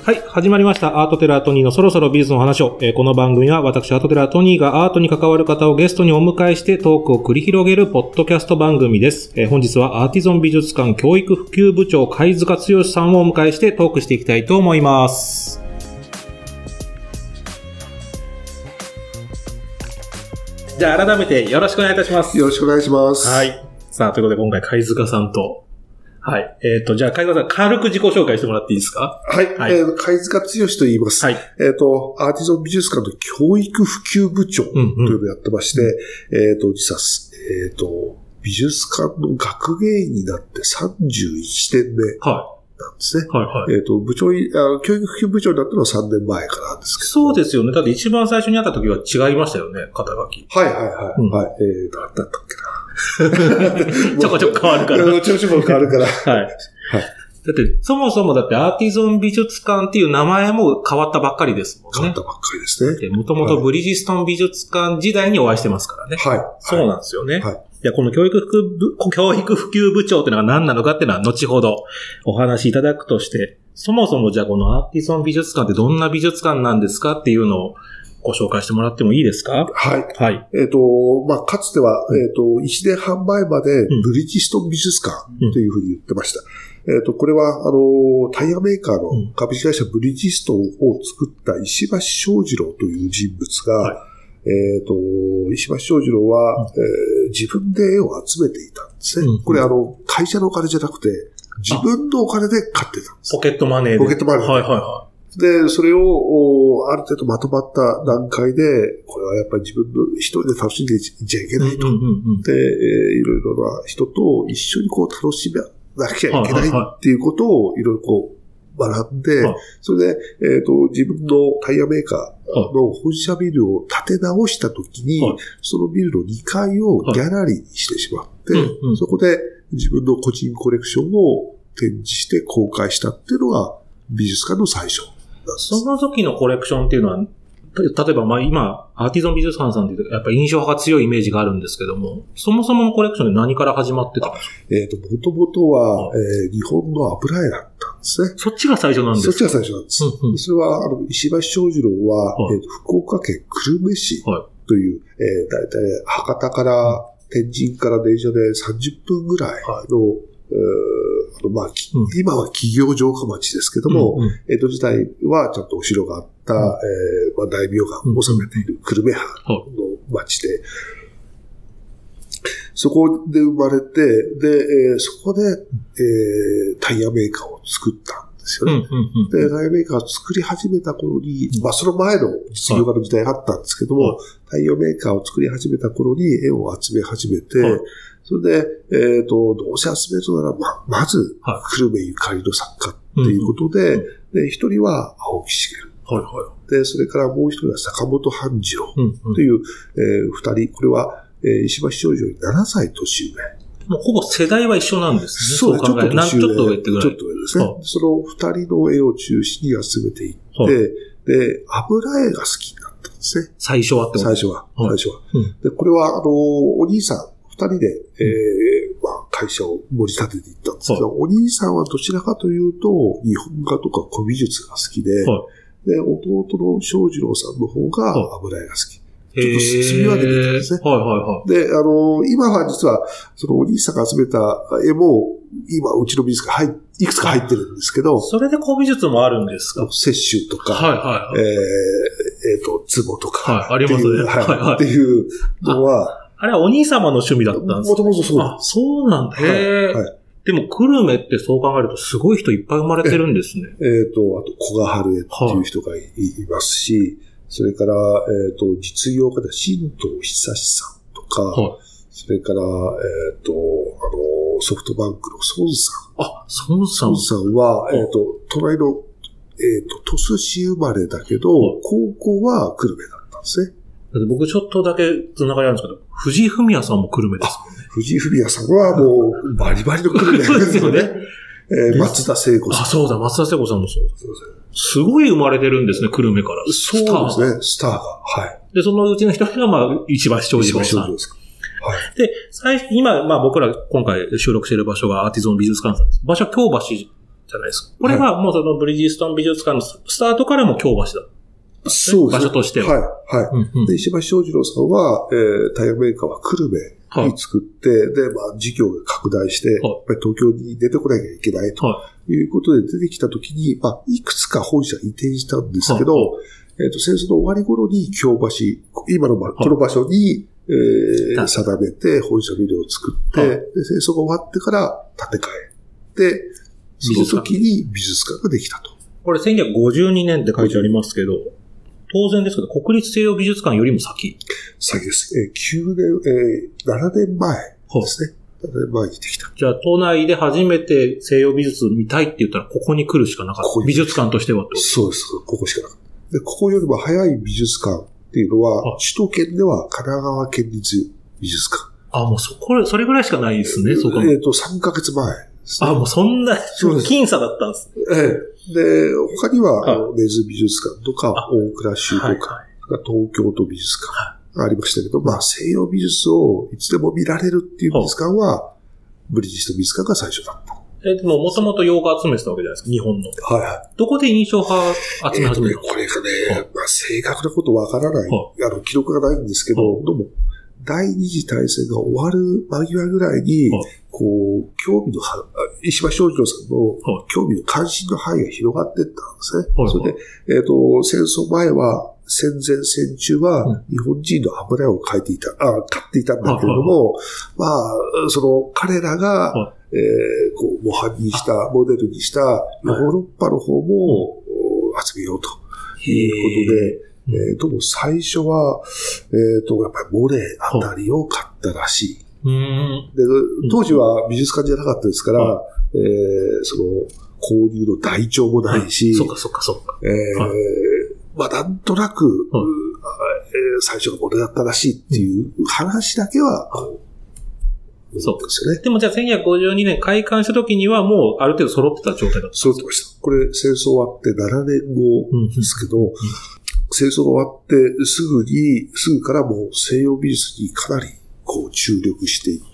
はい、始まりました。アートテラートニーのそろそろ美術の話を。この番組は私、アートテラートニーがアートに関わる方をゲストにお迎えしてトークを繰り広げるポッドキャスト番組です。本日はアーティゾン美術館教育普及部長貝塚剛さんをお迎えしてトークしていきたいと思います。じゃあ改めてよろしくお願いいたします。 よろしくお願いします。 はい。さあ、ということで今回貝塚さんと、はい。じゃあ、貝塚さん、軽く自己紹介してもらっていいですか？ はい。はい、貝塚剛と言います。はい。アーティゾン美術館の教育普及部長というのをやってまして、実は、美術館の学芸員になって31年目。はい。なんですね。はいはい。部長、教育普及部長になったのは3年前からなんですけど。 そうですよね。だって一番最初に会った時は違いましたよね、肩書き。 はいはいはい。はい。何だったっけな。 ちょこちょこ変わるから。 ちょこちょこ変わるから。はい。はい。 だって、そもそもだってアーティゾン美術館っていう名前も変わったばっかりですもんね。 変わったばっかりですね。 もともとブリヂストン美術館時代にお会いしてますからね。はい。そうなんですよね。はい。いや、この教育普及部長っていうのが何なのかっていうのは後ほどお話しいただくとして、そもそもじゃあこのアーティゾン美術館ってどんな美術館なんですかっていうのをご紹介してもらってもいいですか？ はい。はい。かつては、1年半前までブリヂストン美術館というふうに言ってました。これは、タイヤメーカーの株式会社ブリヂストンを作った石橋正二郎という人物が、石橋正二郎は、自分で絵を集めていたんですね。これ会社のお金じゃなくて、自分のお金で買ってたんです。 ポケットマネーで。 ポケットマネーで。はいはいはい。で、それを、ある程度まとまった段階で、これはやっぱり自分の一人で楽しんでいちゃいけないと。で、いろいろな人と一緒にこう楽しめなきゃいけないっていうことをいろいろこう学んで、それで、自分のタイヤメーカーの本社ビルを建て直したときに、そのビルの2階をギャラリーにしてしまって、そこで自分の個人コレクションを展示して公開したっていうのが美術館の最初。 その時のコレクションっていうのは、例えば今、アーティゾン美術館さんってやっぱり印象派が強いイメージがあるんですけども、そもそものコレクションで何から始まってたんですか？ もともとは、日本の油絵だったんですね。 そっちが最初なんですか？ そっちが最初なんです。それは、石橋正二郎は、福岡県久留米市という、だいたい博多から天神から電車で30分ぐらいの、今は企業城下町ですけども、江戸時代はちゃんとお城があった、大名が治めている久留米藩の町で、そこで生まれて、で、そこで、タイヤメーカーを作ったんですよね。で、タイヤメーカーを作り始めた頃に、その前の実業家の時代があったんですけども、タイヤメーカーを作り始めた頃に絵を集め始めて、それで、どうせ集めるなら、まず、久留米ゆかりの作家っていうことで、で、一人は青木茂。で、それからもう一人は坂本半次郎という、二人、これは、石橋正二郎に7歳年上。 もうほぼ世代は一緒なんですね。 そうです。ちょっとちょっと上ってぐらい。 ちょっと上ですね。その二人の絵を中心に集めていって、で、油絵が好きになったんですね。 最初はってこと？ 最初は。で、これは、お兄さん、二人で、会社を盛り立てていったんですけど、お兄さんはどちらかというと、日本画とか古美術が好きで、で、弟の正二郎さんの方が油絵が好き。ちょっと住み分けていたんですね。で、今は実は、そのお兄さんが集めた絵も、今、うちの美術館いくつか入ってるんですけど、 それで古美術もあるんですか？ 雪舟とか、壺とか、 ありますね。 っていうのは、 あれはお兄様の趣味だったんですか？ もともとそうです。そうなんだ。でも、久留米ってそう考えるとすごい人いっぱい生まれてるんですね。 あと、古賀春江っていう人がいますし、それから、実業家で新藤久志さんとか、それから、ソフトバンクの孫さん。 孫さん。 孫さんは、隣の、鳥栖市生まれだけど、高校は久留米だったんですね。 僕ちょっとだけつながりあるんですけど、藤井フミヤさんも久留米ですもんね。 藤井フミヤさんはもうバリバリの久留米ですよね。松田聖子さん。 そうだ、松田聖子さんもそうだ。すごい生まれてるんですね、久留米から。 そうですね、スターが。はい。 で、そのうちの一人が、石橋正二郎さん。ですか。はい。で、今、僕ら今回収録している場所がアーティゾン美術館さんです。場所は京橋じゃないですか。これがもうそのブリヂストン美術館のスタートからも京橋だ。 そうですね。 場所としては。 はい。はい。で、石橋正二郎さんは、タイヤメーカーは久留米に作って、で、事業が拡大して、やっぱり東京に出てこなきゃいけないということで出てきたときに、いくつか本社移転したんですけど、戦争の終わり頃に京橋、今のこの場所に、定めて本社ビルを作って、で、戦争が終わってから建て替えて、その時に美術館ができたと。 これ1952年って書いてありますけど、当然ですけど、国立西洋美術館よりも先です。7年前ですね。7年前にできた。 じゃあ、都内で初めて西洋美術見たいって言ったら、ここに来るしかなかった。美術館としてはってことですか？ そうです。ここしかなかった。で、ここよりも早い美術館っていうのは、首都圏では神奈川県立美術館。 もうそれぐらいしかないですね、そうか。 3ヶ月前ですね。 もうそんな、僅差だったんですね。 で、他には、根津美術館とか、大倉修道館、東京都美術館がありましたけど、西洋美術をいつでも見られるっていう美術館は、ブリヂストン美術館が最初だった。 でも、もともと洋画集めてたわけじゃないですか、日本の。どこで印象派集め始めたの？ これがね、正確なことわからない、記録がないんですけど、どうも、第二次大戦が終わる間際ぐらいに、興味の、石橋正二郎さんの興味の関心の範囲が広がっていったんですね。それで、戦争前は、戦前戦中は日本人の油絵を買っていたんだけれども、その彼らが、模範にした、モデルにしたヨーロッパの方も集めようということで、どうも最初は、やっぱりモネあたりを買ったらしい。で、当時は美術館じゃなかったですから、その、購入の台帳もないし、 そうか。 なんとなく、最初のモネだったらしいっていう話だけは、 そうですよね。でもじゃあ1952年開館した時にはもうある程度揃ってた状態だった。 揃ってました。これ戦争終わって7年後ですけど、戦争が終わってすぐからもう西洋美術にかなり注力していって、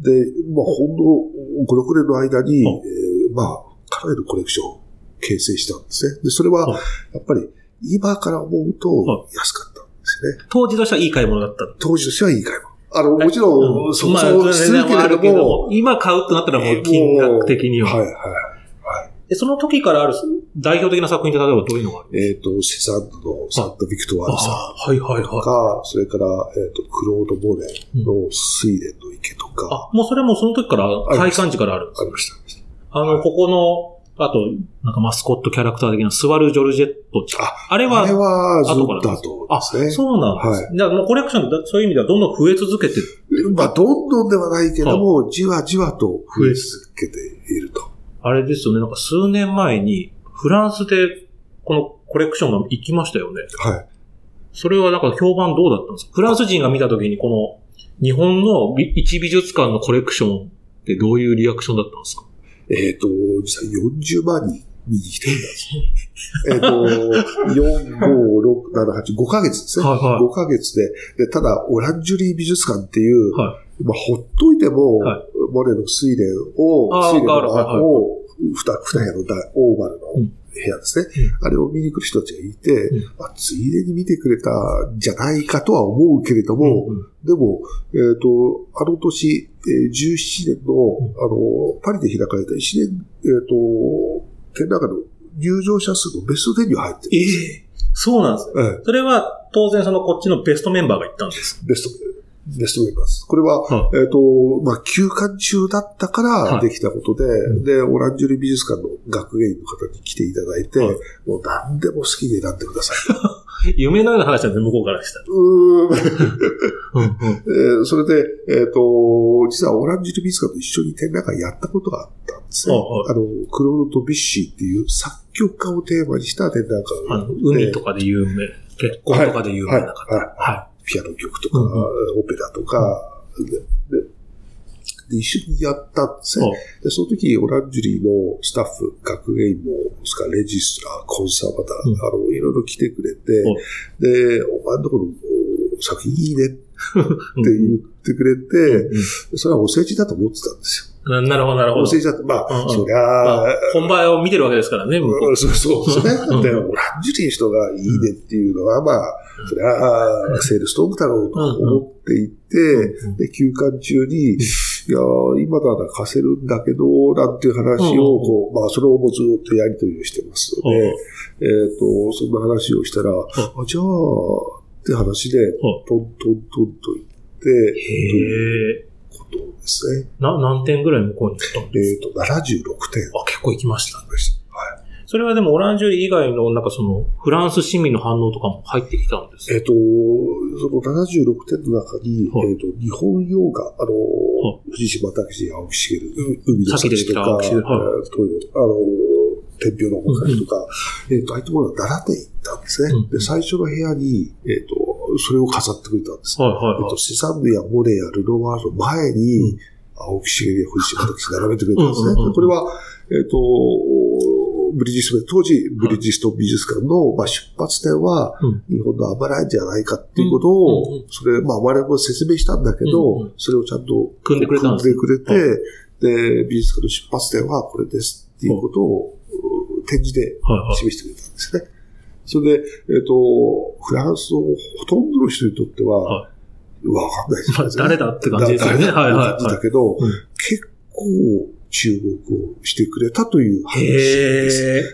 で、ほんの5、6年の間に、かなりのコレクションを形成したんですね。で、それは、やっぱり今から思うと安かったんですよね。 当時としてはいい買い物だった。 当時としてはいい買い物。もちろん、そうするけれども、 今買うとなったらもう金額的には。で、その時からある代表的な作品って例えばどういうのがある？ セザンヌのサンタ・ビクトワールさんとか、それから、クロード・モネの睡蓮の池とか。 もうそれもその時から、開館時からあるんですか？ ありました。 ここの、あと、なんかマスコットキャラクター的なスワル・ジョルジェット。あれは後からですね。 そうなんですね。だからもうコレクションでそういう意味ではどんどん増え続けてる。 どんどんではないけども、じわじわと増え続けていると。 あれですよね、なんか数年前にフランスでこのコレクションが行きましたよね。それはなんか評判どうだったんですか？フランス人が見たときにこの日本の一美術館のコレクションってどういうリアクションだったんですか？ 実際40万人見に来てるんです。4、5、6、7、8、5ヶ月ですね。5ヶ月で、ただ、オランジュリー美術館っていう、ほっといても、モネの睡蓮の版を、二部屋のオーバルの部屋ですね。あれを見に来る人たちがいて、ついでに見てくれたんじゃないかとは思うけれども、でも、あの年、17年の、パリで開かれた1年、展覧会の入場者数のベスト10には入ってるんですよ。 そうなんですね。それは、当然こっちのベストメンバーが行ったんです。 ベストメンバーです。これは、休館中だったからできたことで、で、オランジュリー美術館の学芸員の方に来ていただいて、もう何でも好きに選んでください。 夢のような話なんですね、向こうからしたら。それで、実はオランジュリー美術館と一緒に展覧会やったことがあったんですね。クロード・ドビュッシーっていう作曲家をテーマにした展覧会が海とかで有名、結婚とかで有名な方。 ピアノ曲とか、オペラとか、で一緒にやったんですね。で、その時、オランジュリーのスタッフ、学芸員も、レジストラー、コンサーバター、いろいろ来てくれて、で、お前のところ作品いいねって言ってくれて、それはお世辞だと思ってたんですよ。 なるほど、なるほど。 忘れちゃって、そりゃ、 本場を見てるわけですからね、向こう。 そうですね。で、オランジュリーの人がいいねっていうのは、そりゃ、セールストームだろうと思っていて、で、休館中に、いや、今なら貸せるんだけど、なんていう話を、それをもうずっとやり取りをしてますので、そんな話をしたら、じゃあ、って話で、トントントンと言って、ことですね。 何点ぐらい向こうに行ったんですか ？76点。 結構行きました。はい。それはでもオランジュリー以外のフランス市民の反応とかも入ってきたんですか？ その76点の中に、日本洋画、藤島武史、青木茂、海の幸とか、天平の他とか、ああいったものは7点行ったんですね。で、最初の部屋に、それを飾ってくれたんです。セサンヌやモネやルノワールの前に、青木茂や藤島武史並べてくれたんですね。これは、当時、ブリヂストン美術館の、出発点は、日本のアマラインじゃないかっていうことを、それ、我々も説明したんだけど、それをちゃんと組んでくれて、で、美術館の出発点はこれですっていうことを、展示で示してくれたんですね。それで、フランスのほとんどの人にとっては、わかんないですね。 誰だって感じですよね。 だけど、結構注目をしてくれたという話です。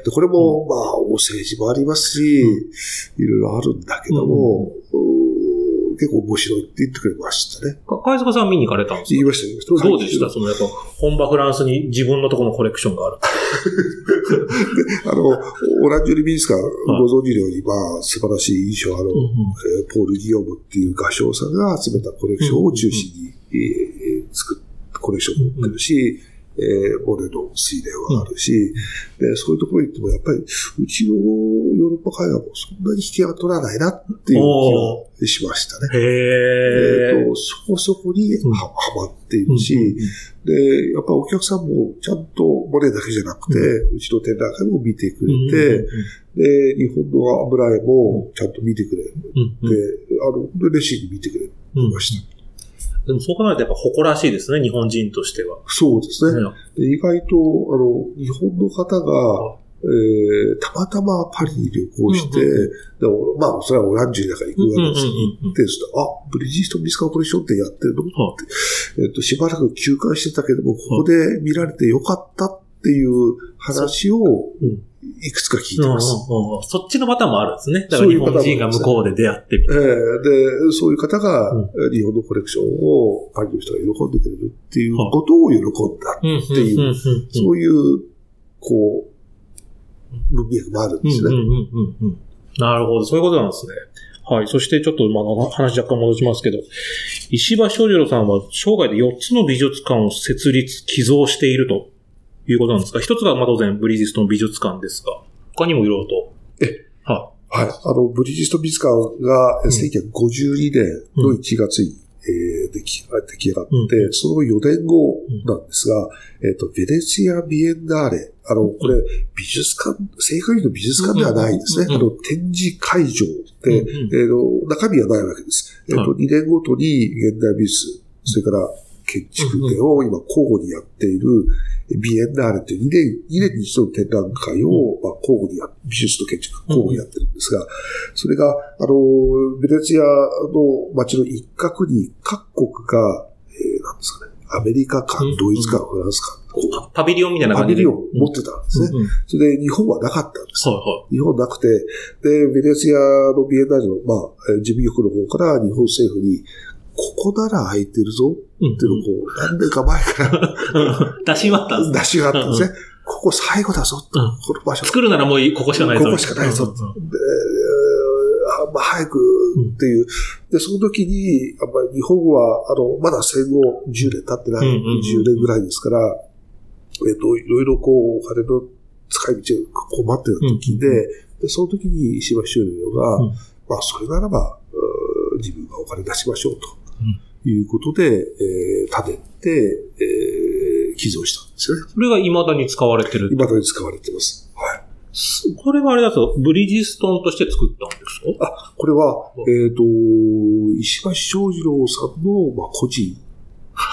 でこれも、お政治もありますし、いろいろあるんだけども、結構面白いって言ってくれましたね。 貝塚さん見に行かれたんですか？ 言いました。 どうでしたやっぱ、本場フランスに自分のところのコレクションがある。 オランジュリー美術館、ご存知のように、素晴らしい印象ポール・ギヨムっていう画商さんが集めたコレクションを中心に、作ったコレクションを持ってるし、モネの水田はあるし、で、そういうところに行っても、やっぱり、うちのヨーロッパ絵画もそんなに引けは取らないなっていう気がしましたね。そこそこにハマっているし、で、やっぱお客さんもちゃんとモネだけじゃなくて、うちの展覧会も見てくれて、で、日本の油絵もちゃんと見てくれて、本当に熱心に見てくれました。 でもそう考えるとやっぱ誇らしいですね、日本人としては。 そうですね。意外と、日本の方が、たまたまパリに旅行して、でもそれはオランジュリーだから行くわけですよ。で、ブリヂストン美術館コレクションってやってるのって、しばらく休館してたけども、ここで見られてよかったっていう話を、いくつか聞いてます。 そっちのパターンもあるんですね。だから日本人が向こうで出会ってみたいな。 で、そういう方が日本のコレクションをパリの人が喜んでくれるっていうことを喜んだっていう、そういう、文脈もあるんですね。 なるほど、そういうことなんですね。はい。そしてちょっと話若干戻しますけど、石橋正次郎さんは生涯で4つの美術館を設立、寄贈しているということなんですか？一つが当然ブリヂストン美術館ですが、他にもいろいろと。 はい。ブリヂストン美術館が1952年の1月に、出来上がって、その4年後なんですが、ベネツィア・ビエンナーレ、これ、美術館、正確に言うと美術館ではないですね。展示会場で、中身はないわけです。2年ごとに現代美術、それから建築展を今交互にやっているビエンナーレという2年に一度の展覧会を交互に美術と建築交互にやってるんですが、それが、ベネツィアの街の一角に各国が、なんですかね、アメリカ館、ドイツ館、フランス館、 パビリオンみたいな感じで。 パビリオン持ってたんですね。それで日本はなかったんです。日本なくて、で、ベネツィアのビエンナーレの、事務局の方から日本政府に、ここなら空いてるぞっていうのを何年か前から出しまったんですね。 出しまったんですね。ここ最後だぞと、この場所。 作るならもうここしかないぞ。 ここしかないぞと。早くっていう。で、その時に、やっぱり日本は、まだ戦後10年経ってない、20年ぐらいですから、いろいろお金の使い道が困ってた時で、その時に石橋修了が、それならば、自分がお金出しましょうということで、建てて、寄贈したんですよね。 それが未だに使われてる？ 未だに使われてます。はい。 これはあれだと、ブリヂストンとして作ったんですか？ これは、石橋正次郎さんの、個人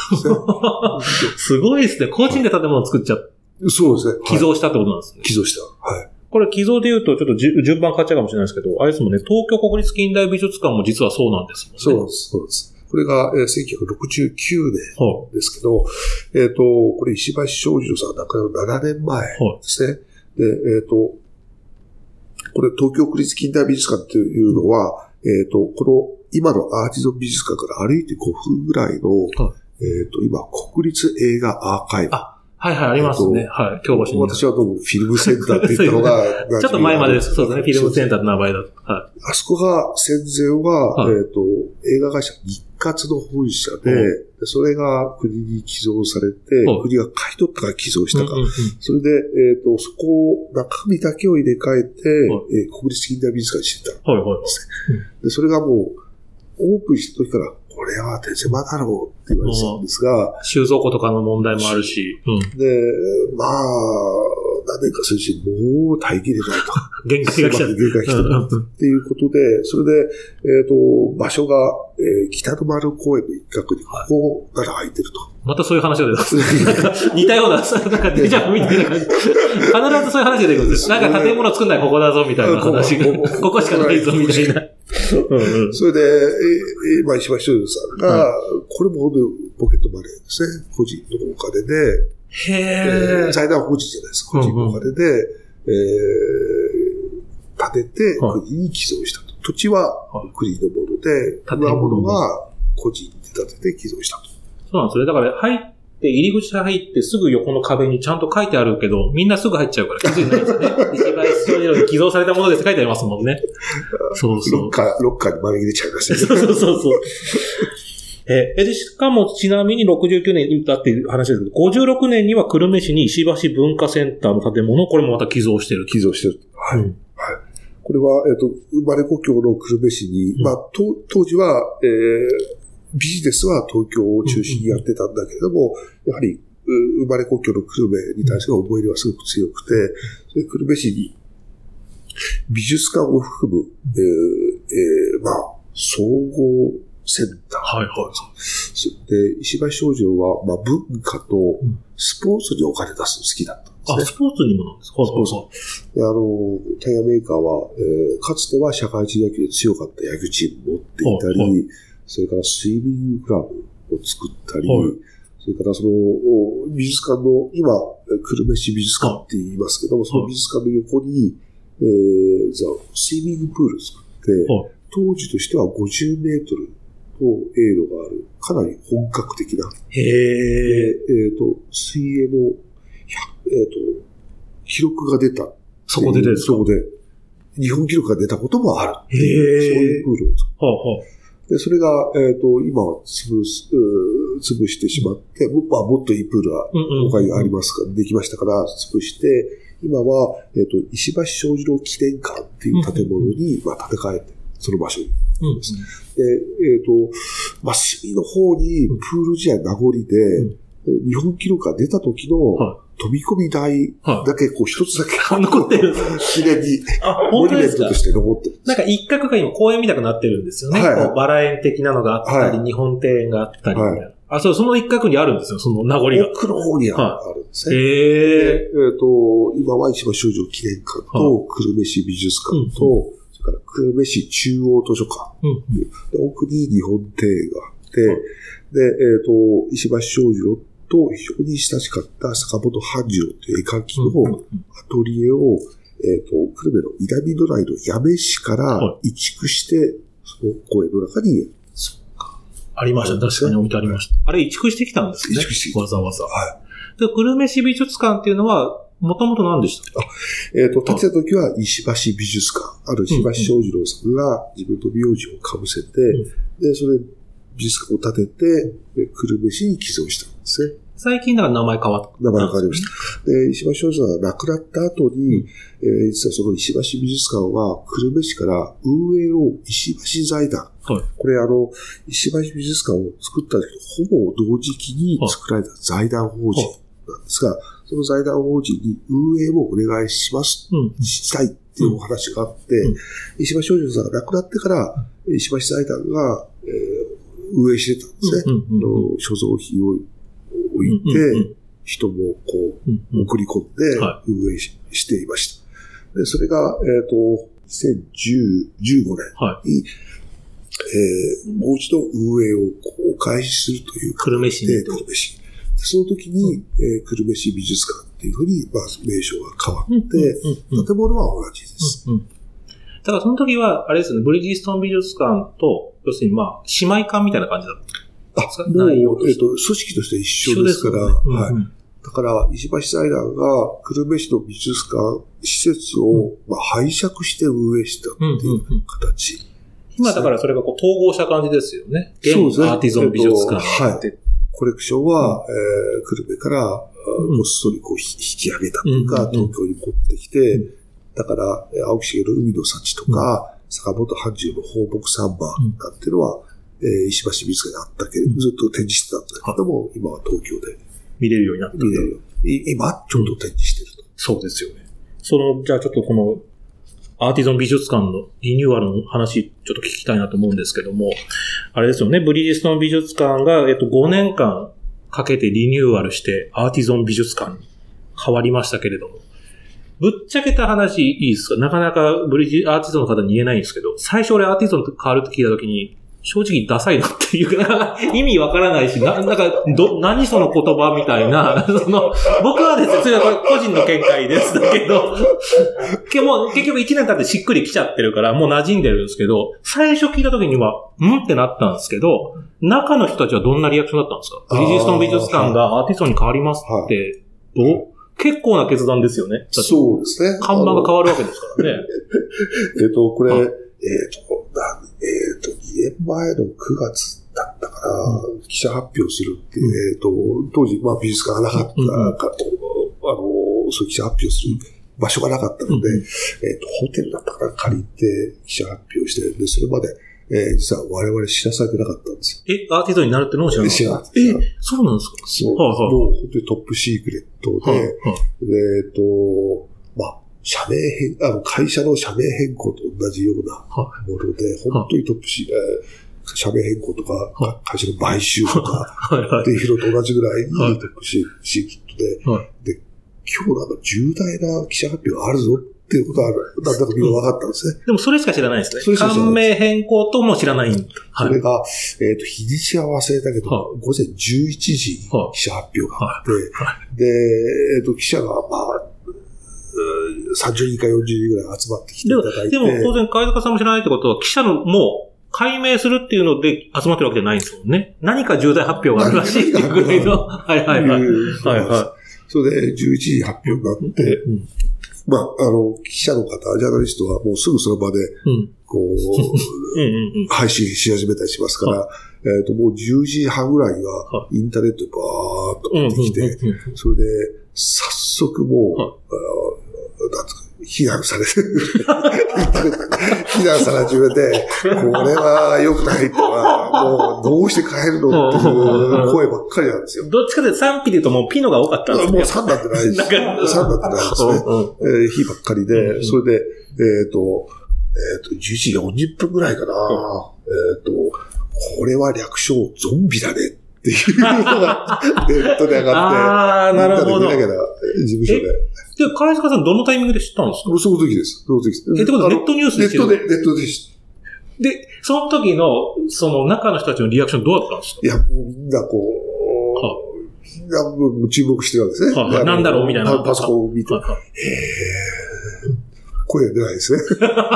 ですね。 すごいですね。個人で建物を作っちゃう。 そうですね。 寄贈したってことなんですね。 寄贈した。はい。 これ寄贈で言うとちょっと順番変わっちゃうかもしれないですけど、あれですもんね、東京国立近代美術館も実はそうなんですもんね。 そうです。そうです。これが、1969年ですけど、これ石橋正二郎さんが亡くなる7年前ですね。で、これ東京国立近代美術館というのは、この今のアーティゾン美術館から歩いて5分ぐらいの、今、国立映画アーカイブ。 はいはい、ありますね。はい。京橋に。 私はどうもフィルムセンターって言ったのが、 ちょっと前までです。そうですね。フィルムセンターって名前だと。 はい。あそこが戦前は、映画会社日活の本社で、それが国に寄贈されて、国が買い取ったか寄贈したか。それで、そこを中身だけを入れ替えて、国立近代美術館にしてたんですね。で、それがもう、オープンした時から、これは手狭だろうって言われてたんですが。 収蔵庫とかの問題もあるし。 で、まあ、何年かするし、もう耐えきれないと。 限界が来ちゃった。 限界が来たっていうことで、それで、場所が、北の丸公園の一角に、ここなら空いてると。 またそういう話が出ます。なんか似たような、なんかデジャブみたいな感じ。必ずそういう話が出てくるんです。なんか建物作んないここだぞみたいな話が。ここしかないぞみたいな。 それで、石橋正二さんが、これも本当にポケットマネーですね。個人のお金で、財団法人じゃないですか。個人のお金で、建てて国に寄贈したと。土地は国のもので、建物は個人で建てて寄贈したと。 そうなんですよね。だから入って入り口入ってすぐ横の壁にちゃんと書いてあるけど、みんなすぐ入っちゃうから気づいてないですね。石橋正二郎に寄贈されたものですって書いてありますもんね。そうそう。 ロッカーに紛れちゃいましたね。 そう。で、しかもちなみに69年だっていう話ですけど、56年には久留米市に石橋文化センターの建物をこれもまた寄贈してる。 寄贈してる。はい。これは、生まれ故郷の久留米市に、まあ、当時は、ビジネスは東京を中心にやってたんだけれども、やはり、生まれ故郷の久留米に対する思い入れはすごく強くて、久留米市に美術館を含む、まあ、総合センター。で、石橋正二郎は、まあ、文化とスポーツにお金出すの好きだったんですね。 スポーツにもなんですか？ で、タイヤメーカーは、かつては社会人野球で強かった野球チームを持っていたり、それからスイミングクラブを作ったり、それからその美術館の、今、久留米市美術館って言いますけども、その美術館の横に、スイミングプールを作って、当時としては50メートルの泳路がある、かなり本格的な。水泳の、記録が出た。 そこでですか？ そこで。日本記録が出たこともある。そういうプールを作る。で、それが、今は潰してしまって、まあ、もっといいプールは他にありますから、できましたから潰して、今は、石橋正二郎記念館っていう建物に、まあ、建て替えて、その場所に。で、まあ、隅の方にプール時代名残で、日本記録が出た時の飛び込み台だけ、こう一つだけ残ってる。 記念に、モニュメントとして残ってる。 なんか一角が今公園みたくなってるんですよね。こうバラ園的なのがあったり、日本庭園があったりみたいな。その一角にあるんですよ、その名残が。 奥の方にあるんですね。今は石橋正二郎記念館と、久留米市美術館と、それから久留米市中央図書館。で奥に日本庭園があって、で、石橋正二郎と非常に親しかった坂本半次郎という絵描きのアトリエを、久留米の南隣の八女市から移築して、その公園の中に、 ありました。確かに置いてありました。あれ移築してきたんですね。 移築してきた。 わざわざ。で、久留米市美術館っていうのは、もともと何でした？ 建てた時は石橋美術館。石橋正二郎さんが自分の名字を被せて、で、それ、美術館を建てて、久留米市に寄贈したんですね。 最近だから名前変わった。 名前変わりました。で、石橋正二が亡くなった後に、実はその石橋美術館は久留米市から運営を石橋財団。これ石橋美術館を作った時とほぼ同時期に作られた財団法人なんですが、その財団法人に運営をお願いします、したいっていうお話があって、石橋正二さんが亡くなってから、石橋財団が、 運営してたんですね。所蔵費を置いて、人もこう、送り込んで運営していました。で、それが、2015年に、もう一度運営を開始するという久留米市で。 その時に、久留米市美術館っていうふうに、名称が変わって、建物は同じです。 だからその時は、あれですね、ブリヂストン美術館と、要するに姉妹館みたいな感じだったんですか？ 組織として一緒ですから、はい。だから、石橋財団が久留米市の美術館施設を、拝借して運営したっていう形。 今だからそれがこう統合した感じですよね。現アーティゾン美術館はい。コレクションは、久留米からごっそりこう引き上げたというか、東京に持ってきて、だから、青木茂の海の幸とか、坂本半十の放牧サンバなんていうのは、石橋美術館にあったけれど、ずっと展示してたんだけども、今は東京で見れるようになった。 今、ちょうど展示してると。 そうですよね。じゃあちょっとこの、アーティゾン美術館のリニューアルの話、ちょっと聞きたいなと思うんですけども、あれですよね、ブリヂストン美術館が、5年間かけてリニューアルして、アーティゾン美術館に変わりましたけれども、ぶっちゃけた話いいですか？なかなかアーティゾンの方に言えないんですけど、最初俺アーティゾンと変わると聞いたときに、正直ダサいなっていうか、意味わからないし、何その言葉みたいな、僕はですね、それはこれ個人の見解ですだけど、結局1年経ってしっくり来ちゃってるから、もう馴染んでるんですけど、最初聞いた時には、ってなったんですけど、中の人たちはどんなリアクションだったんですか？ブリヂストン美術館がアーティゾンに変わりますって、結構な決断ですよね。 そうですね。 看板が変わるわけですからね。 これ、2年前の9月だったから、記者発表するって、当時、美術館がなかったかと、そういう記者発表する場所がなかったので、ホテルだったから借りて記者発表して、で、それまで、実は我々知らされてなかったんですよ。 アーティゾンになるってのも知らなかった？知らなかった。そうなんですか？ そう。もう本当にトップシークレットで、社名会社の社名変更と同じようなもので、本当にトップシークレット、社名変更とか、会社の買収とか、っていうのと同じぐらいにトップシークレットで、で、今日なんか重大な記者発表があるぞっていうことは、なんだかみんな分かったんですね。 でもそれしか知らないですね。官名変更とも知らないんだ。 それが、日にちは忘れたけど、午前11時に記者発表があって、で、記者が、30人か40人ぐらい集まってきていただいて。 でも当然、貝塚さんも知らないってことは、記者のもう、解明するっていうので集まってるわけじゃないんですもんね。何か重大発表があるらしいっていうぐらいの。はいはいはい。 それで、11時発表があって、記者の方、ジャーナリストはもうすぐその場で、配信し始めたりしますから、もう10時半ぐらいには、インターネットでバーっと出てきて、それで、早速もう、非難されて非難され始めて、これは良くないとか、もうどうして変えるのっていう声ばっかりなんですよ。 どっちかというと賛否で言うともうピノが多かったんですね。 もう3なんてないです。3なんてないですね。非ばっかりで、それで、11時40分ぐらいかな。これは略称ゾンビだねっていうのがネットで上がって、 なるほど。 事務所で。 で、貝塚さんどのタイミングで知ったんですか？ その時です。 ってことはネットニュースで知る？ ネットで知った。 で、その時の、その中の人たちのリアクションどうだったんですか？ いや、みんなみんな注目してるわけですね。 なんだろうみたいな。 パソコンを見て。声が出ないですね。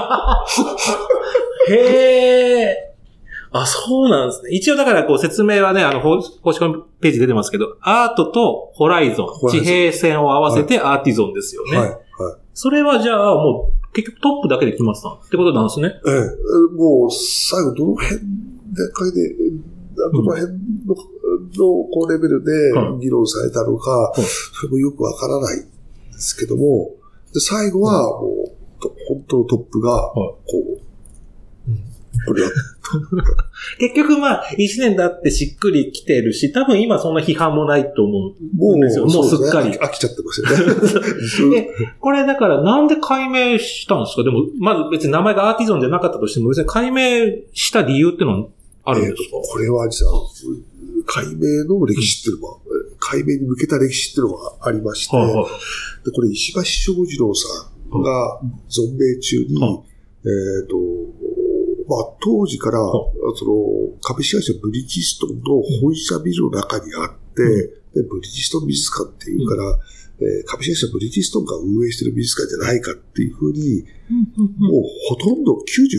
そうなんですね。一応だから説明はね、公式ページ出てますけど、アートとホライゾン、地平線を合わせてアーティゾンですよね。それはじゃあもう結局トップだけで決まってたってことなんですね。 もう最後どの辺のレベルで議論されたのか、それもよくわからないんですけども、で最後はもう本当のトップが結局1年経ってしっくり来てるし、多分今そんな批判もないと思うんですよ。もうすっかり。 飽きちゃってますよね。 これだからなんで解明したんですか？でも、まず別に名前がアーティゾンじゃなかったとしても、別に解明した理由ってのはあるんですか？ これは実は、解明の歴史っていうのは、解明に向けた歴史っていうのがありまして、でこれ石橋正二郎さんが存命中に、当時から、株式会社ブリヂストンの本社ビルの中にあって、でブリヂストン美術館っていうから、株式会社ブリヂストンが運営している美術館じゃないかっていうふうに、もうほとんど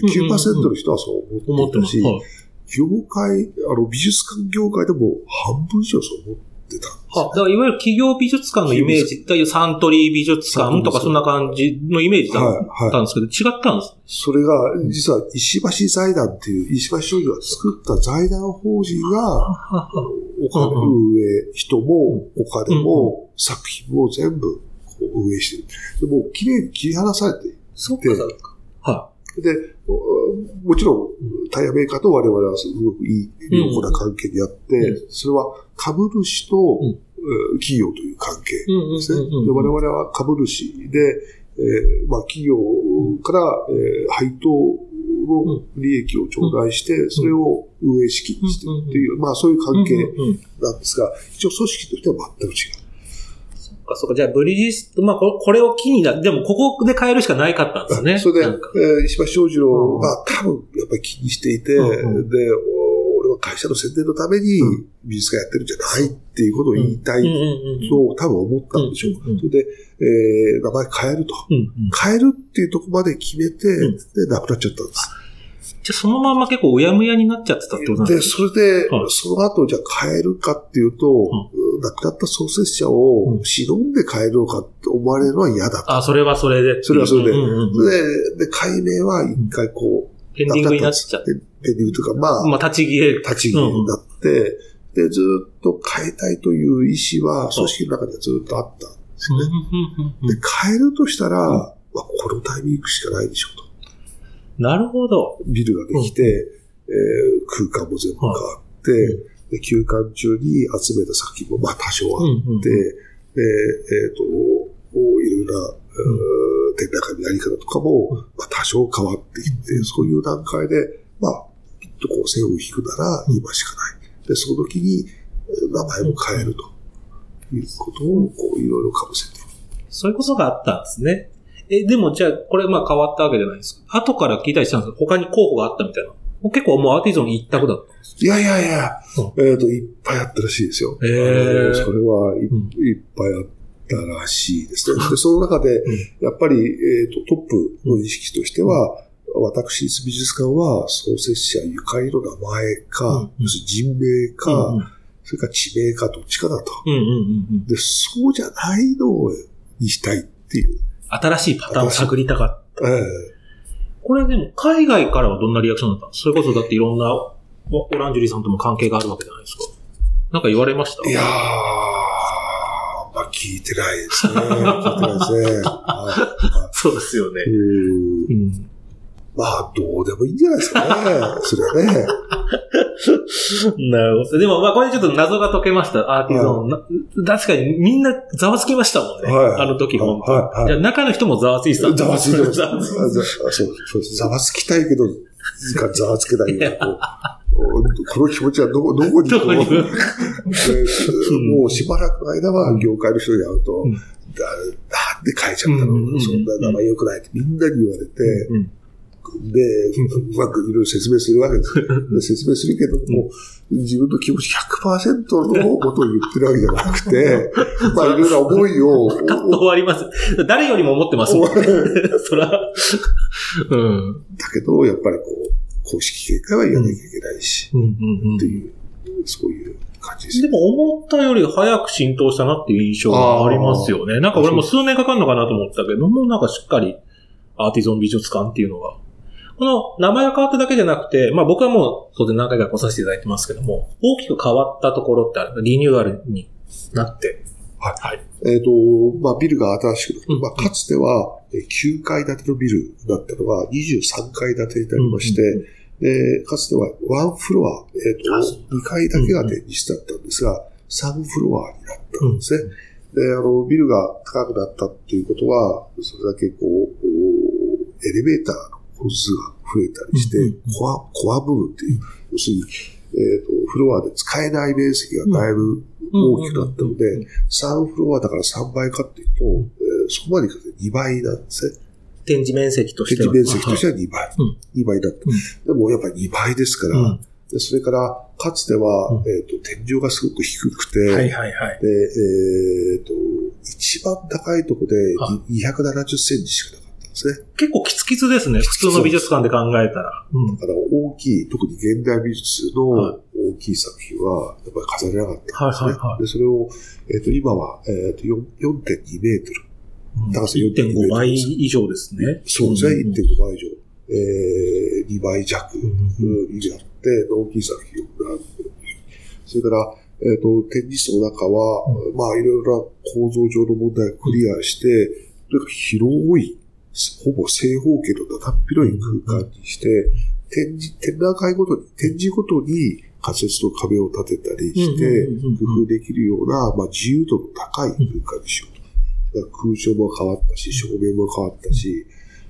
99% の人はそう思っていたし、業界、美術館業界でも半分以上そう思ってたんですよ、ね。 だからいわゆる企業美術館のイメージっていうサントリー美術館とかそんな感じのイメージだったんですけど、違ったんですね。 それが、実は石橋財団っていう石橋商事が作った財団法人が、お金運営、人もお金も作品も全部運営してる。でもう綺麗に切り離されていて。 そうか。 で、もちろん、タイヤメーカーと我々はすごくいい良好な関係にあって、それは株主と企業という関係ですね。で我々は株主で、企業から配当の利益を頂戴して、それを運営資金にしているっていう、そういう関係なんですが、一応組織としては全く違う。 そうか。じゃあ、ブリヂストン、これを機にでも、ここで変えるしかないかったんですね。 それで、石橋正二郎が多分、やっぱり気にしていて、で、俺は会社の宣伝のために美術館やってるんじゃないっていうことを言いたいと多分思ったんでしょう。それで、名前変えると。変えるっていうところまで決めて、で、なくなっちゃったんです。 じゃあそのまま結構うやむやになっちゃってたってことなんですか？ で、それで、その後じゃあ変えるかっていうと、亡くなった創設者を忍んで変えるのかって思われるのは嫌だと。 それはそれで。 それはそれで。で、解明は一回ペンディングになっちゃって。 ペンディングというか、 立ち消えになって、で、ずっと変えたいという意思は組織の中ではずっとあったんですよね。で、変えるとしたら、このタイミングしかないでしょうと。 なるほど。 ビルができて、空間も全部変わって、で休館中に集めた作品も多少あって、で、いろいろな、展覧会のやり方とかも、多少変わっていって、そういう段階で、ピッとこう線を引くなら今しかない。で、その時に名前も変えるということを、いろいろ被せている。 そういうことがあったんですね。でもじゃあ、これ変わったわけじゃないですか。後から聞いたりしたんですけど、他に候補があったみたいな。結構もうアーティゾン一択だったんですいや、いっぱいあったらしいですよ。それはいっぱいあったらしいですね。で、その中で、やっぱり、トップの意識としては、私立美術館は創設者ゆかりの名前か、要するに人名か、それから地名かどっちかだと。で、そうじゃないのにしたいっていう。 新しいパターンを探りたかった。これでも海外からはどんなリアクションだったんですか？それこそだっていろんなオランジュリーさんとも関係があるわけじゃないですか。なんか言われました？ いやー、聞いてないですね。聞いてないですね。 そうですよね。 どうでもいいんじゃないですかね。それはね。 なるほど。でも、これちょっと謎が解けました。アーティゾン。確かにみんなざわつきましたもんね。あの時本当。じゃあ中の人もざわついてた。 ざわついてました。そうざわつきたいけど、ざわつけないよ。この気持ちはどこにもうしばらくの間は業界の人に会うと、なんで変えちゃったの？そんな名前良くないってみんなに言われて、で、うまくいろいろ説明するわけですよ。説明するけども、自分の気持ち 100% のことを言ってるわけじゃなくて、いろいろな思いを。 カット終わります。誰よりも思ってますもんね。そら。だけど、やっぱり公式見解は言わなきゃいけないし、っていう、そういう感じです。 でも思ったより早く浸透したなっていう印象がありますよね。なんか俺も数年かかるのかなと思ったけども、なんかしっかりアーティゾン美術館っていうのが、この名前が変わっただけじゃなくて、僕はもう当然何回か来させていただいてますけども、大きく変わったところってある、リニューアルになって。 はい。ビルが新しく、かつては9階建てのビルだったのが23階建てになりまして、で、かつては1フロア、2階だけが展示室だったんですが、3フロアになったんですね。で、ビルが高くなったっていうことは、それだけエレベーターの本数が増えたりして、コア部分っていう、 要するに、フロアで使えない面積がだいぶ大きくなったので、3フロアだから3倍かっていうと、そこまでいくと2倍なんですね。 展示面積としては。 展示面積としては2倍。2倍だった。でもやっぱり2倍ですから、でそれから、かつては、天井がすごく低くて、で、一番高いところで270センチしかなかったんですね。 結構キツキツですね。普通の美術館で考えたら。だから大きい、特に現代美術の大きい作品は、やっぱり飾れなかったんですね。で、それを、今は、4.2 メートル。 高さ 1.5 倍以上ですね。 そうですね、1.5 倍以上。2倍弱になって、大きい作品を並べている。それから、展示室の中は、まあ、いろいろな構造上の問題をクリアして、とにかく広い、ほぼ正方形のだだっ広い空間にして、展覧会ごとに、展示ごとに仮設の壁を立てたりして、工夫できるような、まあ、自由度の高い空間にしようと。空調も変わったし、照明も変わったし、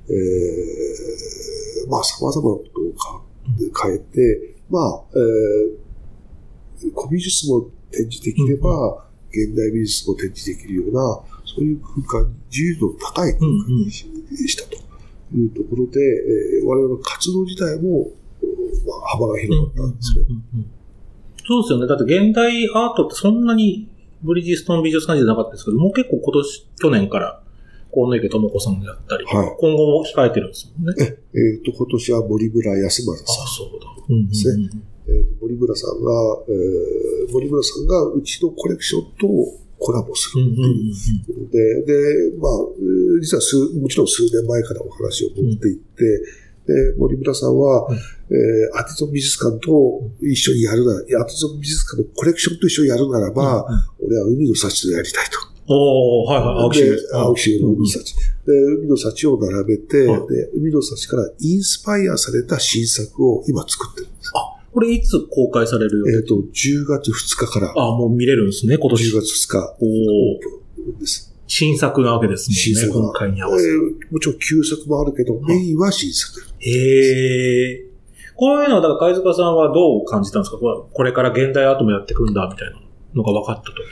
まあ、様々なことを変えて、まあ、古美術も展示できれば、現代美術も展示できるような、そういう空間に、自由度の高い空間にしたというところで、我々の活動自体も、まあ、幅が広がったんですね。 そうですよね。だって現代アートってそんなにブリヂストン美術館じゃなかったですけど、もう結構去年から、河野池智子さんがやったり、今後も控えてるんですもんね。 今年は森村康正さんですね。森村さんがうちのコレクションとコラボするっていうことで、まあ、実はもちろん数年前からお話を持っていって、で、森村さんは、アーティゾン美術館と一緒にやるなら、アーティゾン美術館のコレクションと一緒にやるならば、俺は海の幸とやりたいと。 青木茂の海の幸。で、海の幸を並べて、で、海の幸からインスパイアされた新作を今作ってるんです。 これいつ公開されるよ 10月2日から。 もう見れるんですね、今年。 10月2日。オープンです。 新作なわけですね。新作今回に合わせて。 もちろん旧作もあるけど、メインは新作。 こういうのは、だから貝塚さんはどう感じたんですか？これから現代アートもやっていくんだ、みたいなのが分かったと。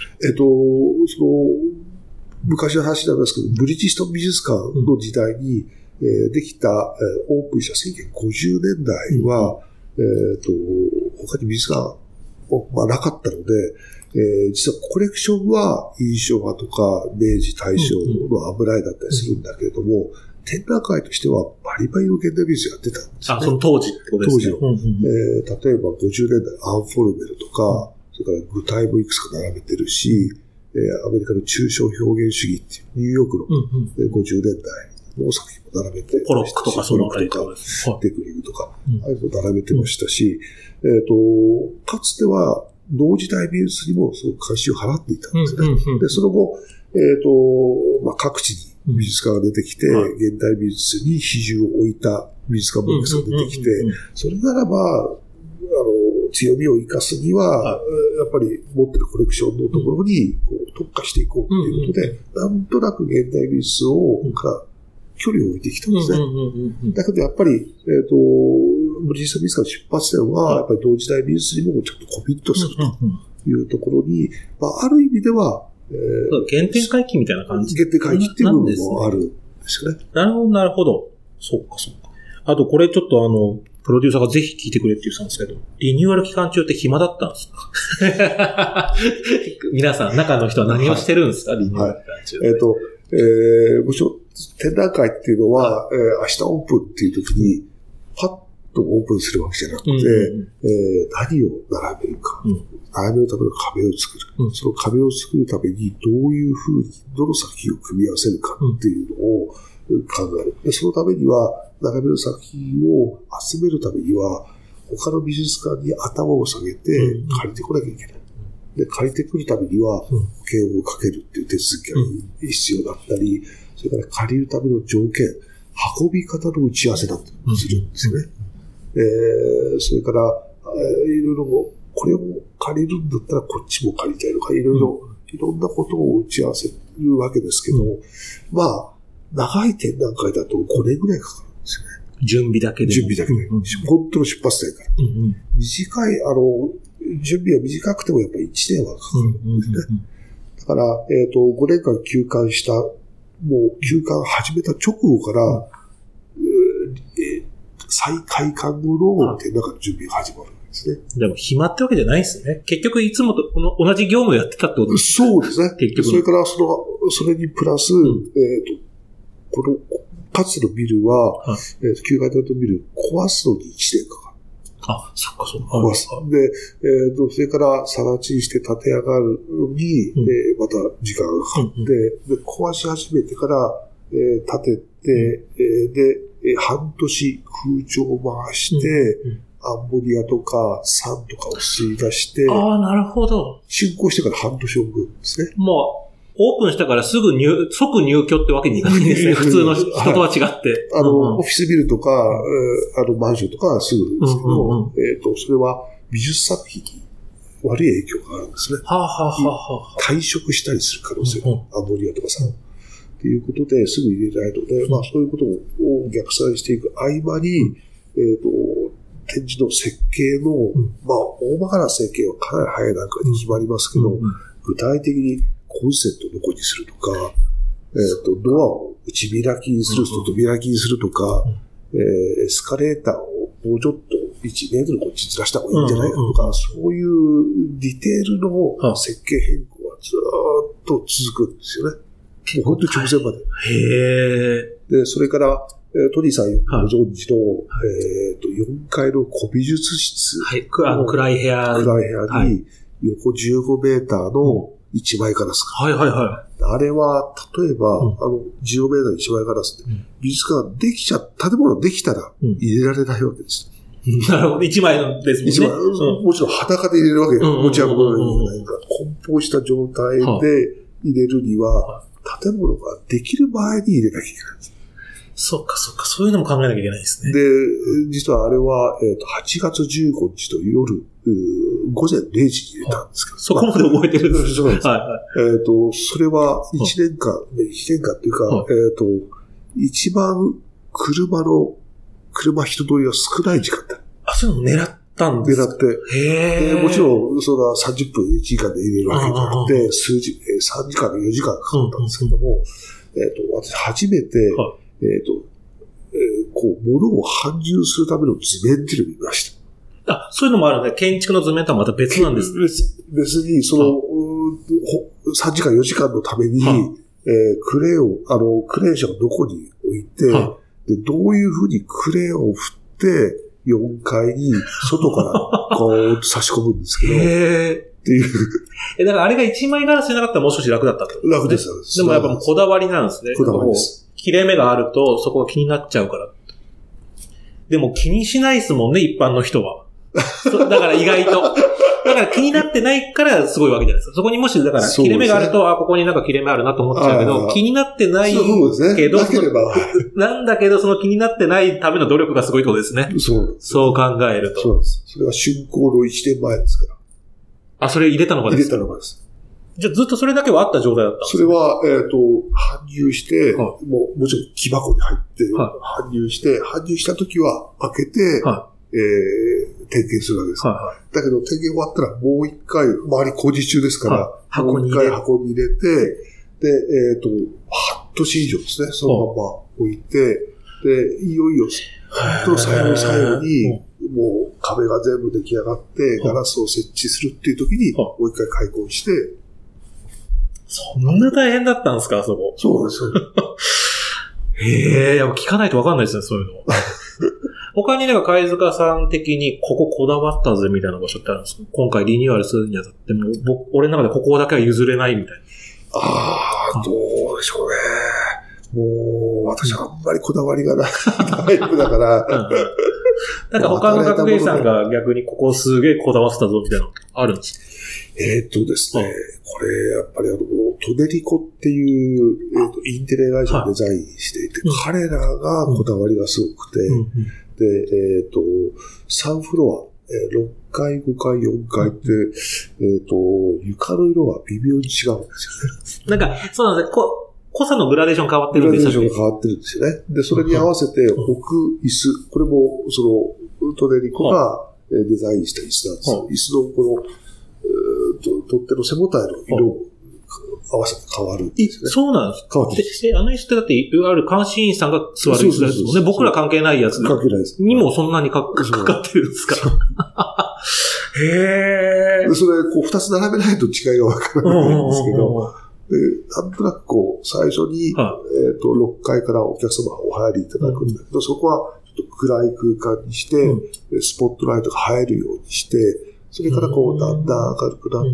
昔の話なんですけど、ブリヂストン美術館の時代に、できた、オープンした1950年代は、他に美術館、まあ、なかったので、実はコレクションは印象派とか明治大正の油絵だったりするんだけれども、展覧会としてはバリバリの現代美術やってたんですね。 その当時ってことですね。 当時の。例えば50年代アンフォルメルとか、それから具体もいくつか並べてるし、アメリカの抽象表現主義っていうニューヨークの50年代の作品も並べて、 ポロックとかそのあたりとか、テクニックとか、ああいうの並べてましたし、かつては同時代美術にもすごく関心を払っていたんですね。で、その後、まあ、各地に美術館が出てきて、現代美術に比重を置いた美術館もいくつか出てきて、それならば、強みを生かすには、やっぱり持ってるコレクションのところにこう特化していこうということで、なんとなく現代美術から距離を置いてきたんですね。だけどやっぱり、ブリヂストン美術館の出発点は、やっぱり同時代美術にもちょっとコミットするというところに、まあ、ある意味では、 原点回帰みたいな感じ。 原点回帰っていう部分もあるんですよね。 なるほど、なるほど。そうか、そうか。あと、これちょっとプロデューサーがぜひ聞いてくれって言ってたんですけど、リニューアル期間中って暇だったんですか？皆さん、中の人は何をしてるんですか？リニューアル期間中。 もちろん、展覧会っていうのは、明日オープンっていう時に、パッとオープンするわけじゃなくて、何を並べるか、並べるための壁を作る。その壁を作るために、どういうふうに、どの作品を組み合わせるかっていうのを考える。でそのためには、並べる作品を集めるためには、他の美術館に頭を下げて借りてこなきゃいけない。で、借りてくるためには、保険をかけるっていう手続きが必要だったり、それから借りるための条件、運び方の打ち合わせだったりするんですよね。それから、いろいろ、これを借りるんだったらこっちも借りたいのか、いろんなことを打ち合わせるわけですけど、まあ、長い展覧会だと5年ぐらいかかるんですよね。 準備だけで。 準備だけで。本当の出発点から。短い、準備は短くてもやっぱり1年はかかるんですね。だから、5年間休館した、もう休館始めた直後から、再開館後の展覧会の準備が始まるんですね。 でも暇ってわけじゃないですね。結局いつもと同じ業務をやってたってことですね。そうですね。 結局。 それからそれにプラス、この、かつてのビルは、9階建てのビル壊すのに1年かかる。 あ、そっかそっか。 壊す。で、それから更地して建て上がるのに、また時間がかかって、で、壊し始めてから、建てて、で、半年空調を回して、アンモニアとか酸とかを吸い出して、 ああ、なるほど。 竣工してから半年置くんですね。 もう、オープンしたからすぐ即入居ってわけにいかないんですね。普通の人とは違って。 オフィスビルとか、マンションとかはすぐですけど、それは美術作品に悪い影響があるんですね。退職したりする可能性が、アンモニアとか酸。っていうことですぐ入れないので、そういうことを逆算していく合間に、展示の設計の、大まかな設計はかなり早い段階で決まりますけど、具体的にコンセントをどこにするとか、ドアを内開きにする、外開きにするとか、エスカレーターをもうちょっと1メートルこっちずらした方がいいんじゃないかとか、そういうディテールの設計変更はずっと続くんですよね。もう本当に直前まで。で、それから、トニーさんご存知の、4階の古美術室。 はい、暗い部屋。 暗い部屋に、横15メーターの1枚ガラスが。あれは、例えば、15メーターの1枚ガラスって、美術館建物できたら入れられないわけです。 なるほど。1枚のですもんね。もちろん裸で入れるわけ持ち運ぶわけじゃないから、梱包した状態で入れるには、建物ができる前に入れなきゃいけないんです。 そっかそっか。そういうのも考えなきゃいけないですね。 で、実はあれは、8月15日と夜、午前0時に入れたんですけど。 そこまで覚えてるんです。 そうなんです。それは1年間っていうか、一番車人通りが少ない時間だ。 あ、そういうの狙ったんですか？ 狙って。でもちろん、そんな30分1時間で入れるわけじゃなくて、3時間か4時間かかったんですけども、私初めて、物を搬入するための図面っていうのを見ました。 あ、そういうのもあるね。建築の図面とはまた別なんです。 別に、3時間4時間のために、クレーン車をどこに置いて、で、どういうふうにクレーンを振って、4階に外からこう差し込むんですけど、っていう。 だからあれが1枚ガラスじゃなかったらもう少し楽だったってことですね。楽です。 でもやっぱもうこだわりなんですね。 こだわりです。 切れ目があるとそこが気になっちゃうから。でも気にしないですもんね、一般の人は。だから意外と。だから気になってないからすごいわけじゃないですか。そこにもし、だから切れ目があると、ここになんか切れ目あるなと思っちゃうけど、気になってないけど、なんだけど、その気になってないための努力がすごいってことですね。そう考えると。 そうです。それは竣工の1年前ですから。 あ、それ入れたのがですか？ 入れたのがです。 じゃあずっとそれだけはあった状態だったんですか？ それは、搬入して、もちろん木箱に入って、搬入した時は開けて、点検するわけです。だけど点検終わったらもう一回、周り工事中ですから、もう一回箱に入れて、で、半年以上ですね、そのまま置いて、で、いよいよ、本当の最後に、もう壁が全部出来上がって、ガラスを設置するっていう時に、もう一回開墾して、 そんな大変だったんですか、あそこ。 そうですよ。 やっぱ聞かないと分かんないですね、そういうの。他になんか貝塚さん的にこここだわったぜみたいな場所ってあるんですか？今回リニューアルするにあたっても、俺の中でここだけは譲れないみたいな。 どうでしょうね。もう、私はあんまりこだわりがないタイプだから。 なんか他の学芸さんが逆にここすげえこだわってたぞみたいなのあるんですか？ ですね、これやっぱりトネリコっていう、インテリ会社をデザインしていて、彼らがこだわりがすごくて、で、3フロア、6階、5階、4階って、床の色は微妙に違うんですよね。 なんか、そうなんですね。こ濃さのグラデーション変わってるんですよね。 グラデーションが変わってるんですよね。で、それに合わせて置く椅子、これも、トネリコがデザインした椅子なんですよ。椅子のこの、取っ手の背もたえの色を合わせて変わるんですね。 そうなんですか。 変わってる。 あの椅子ってだって、いわゆる監視員さんが座る椅子ですもんね。僕ら関係ないやつ。 関係ないです。 にもそんなにかかってるんですか。へー。 それ、二つ並べないと違いがわからないんですけど、なんとなく最初に、6階からお客様がお入りいただくんだけど、そこはちょっと暗い空間にして、スポットライトが入るようにして、それからだんだん明るくなって、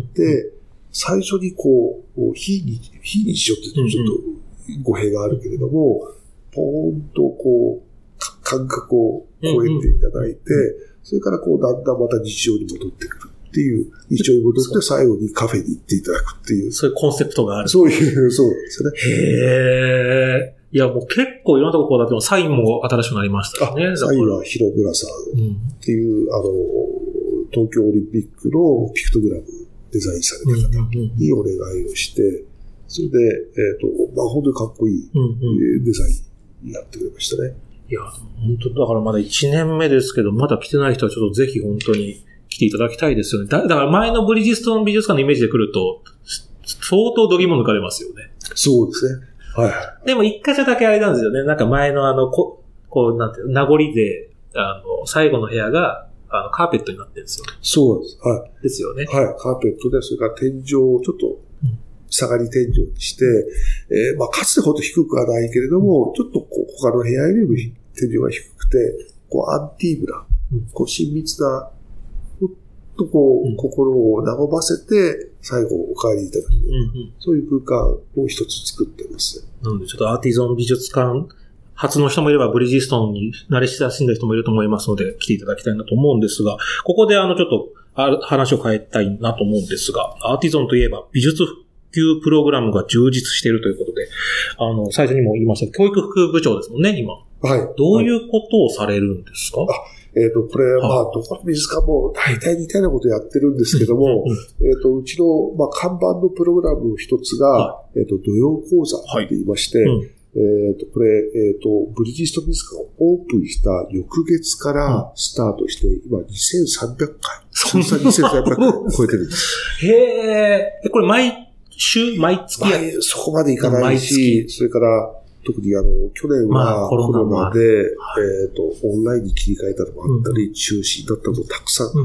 最初に非日常ってちょっと語弊があるけれども、ポーンと感覚を超えていただいて、それからだんだんまた日常に戻ってくるっていう、日常に戻って最後にカフェに行っていただくっていう。 そういうコンセプトがある。 そうですよね。 へー。いや、もう結構いろんなところだってサインも新しくなりましたね。 サインは広村さんっていう、東京オリンピックのピクトグラムデザインされた方にお願いをして、それで、本当にかっこいいデザインになってくれましたね。 いや、本当だからまだ1年目ですけど、まだ来てない人はちょっとぜひ本当に来ていただきたいですよね。だから前のブリヂストン美術館のイメージで来ると、相当度肝抜かれますよね。 そうですね。はい。 でも一箇所だけあれなんですよね。なんか前のなんていうの、名残で、最後の部屋が、カーペットになってるんですよ。 そうです。はい。 ですよね。 はい。カーペットで、それから天井をちょっと、下がり天井にして、かつてほど低くはないけれども、ちょっと他の部屋よりも天井が低くて、アンティーブな、親密な、ほっと心を和ませて、最後お帰りいただく。そういう空間を一つ作ってます。 なので、ちょっとアーティゾン美術館、初の人もいればブリヂストンに慣れ親しんだ人もいると思いますので、来ていただきたいなと思うんですが、ここでちょっと話を変えたいなと思うんですが、アーティゾンといえば美術普及プログラムが充実しているということで、最初にも言いました教育副部長ですもんね、今。 はい。 どういうことをされるんですか？ これ、どこの美術館も大体似たようなことをやってるんですけども、うちの、看板のプログラムの一つが、土曜講座と言いまして、これ、ブリヂストン美術館をオープンした翌月からスタートして、今2300回。そんな2300回超えてるんです。 へー。これ毎月そこまでいかないし、それから、特に去年はコロナで、オンラインに切り替えたのもあったり、中止になったのもたくさんあって、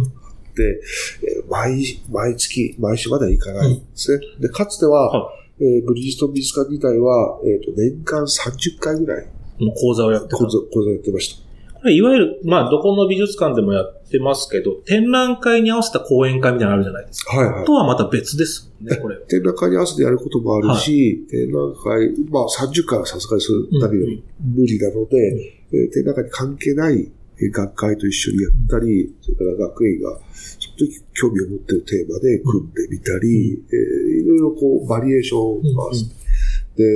毎週まではいかないんですね。で、かつては、ブリヂストン美術館自体は、年間30回ぐらい。 講座をやってました。 これいわゆる、どこの美術館でもやってますけど、展覧会に合わせた講演会みたいなのあるじゃないですか。はいはい。とはまた別ですもんね、これ。 展覧会に合わせてやることもあるし、展覧会、30回はさすがにするだけで無理なので、展覧会に関係ない学会と一緒にやったり、それから学園がその時興味を持っているテーマで組んでみたり、いろいろバリエーションがあって、